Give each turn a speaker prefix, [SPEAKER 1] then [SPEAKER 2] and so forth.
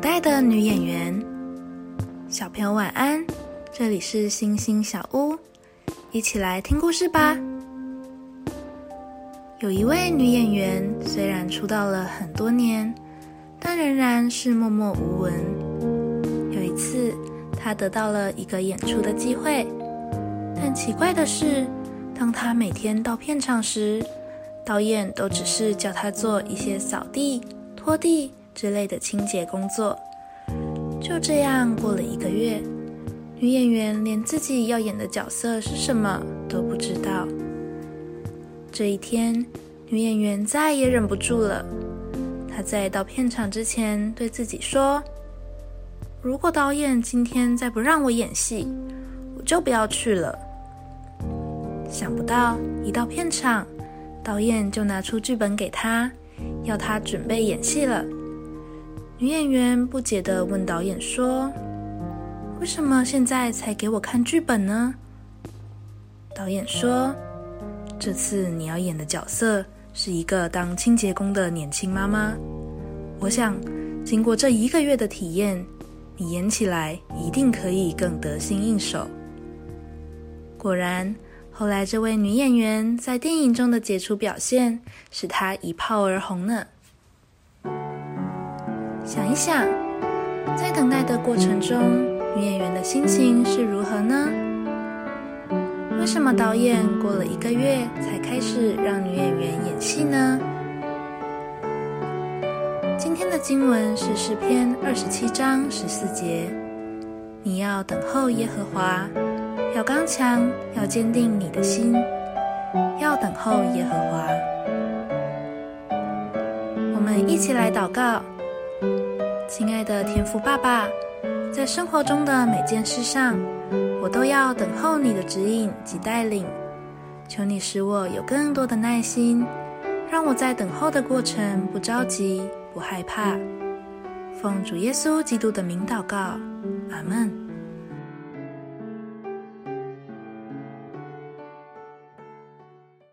[SPEAKER 1] 代的女演员。小朋友晚安，这里是星星小屋，一起来听故事吧。有一位女演员，虽然出道了很多年，但仍然是默默无闻。有一次，她得到了一个演出的机会，但奇怪的是，当她每天到片场时，导演都只是叫她做一些扫地、拖地之类的清洁工作。就这样过了1个月，女演员连自己要演的角色是什么都不知道。这一天，女演员再也忍不住了。她在到片场之前对自己说，如果导演今天再不让我演戏，我就不要去了。想不到一到片场，导演就拿出剧本给她，要她准备演戏了。女演员不解地问导演说，为什么现在才给我看剧本呢？导演说，这次你要演的角色是一个当清洁工的年轻妈妈。我想，经过这1个月的体验，你演起来一定可以更得心应手。果然，后来这位女演员在电影中的杰出表现，使她一炮而红呢。想一想，在等待的过程中，女演员的心情是如何呢？为什么导演过了1个月才开始让女演员演戏呢？今天的经文是诗篇27章14节，你要等候耶和华，要刚强，要坚定你的心，要等候耶和华。我们一起来祷告。亲爱的天父爸爸，在生活中的每件事上，我都要等候你的指引及带领。求你使我有更多的耐心，让我在等候的过程不着急，不害怕。奉主耶稣基督的名祷告，阿们。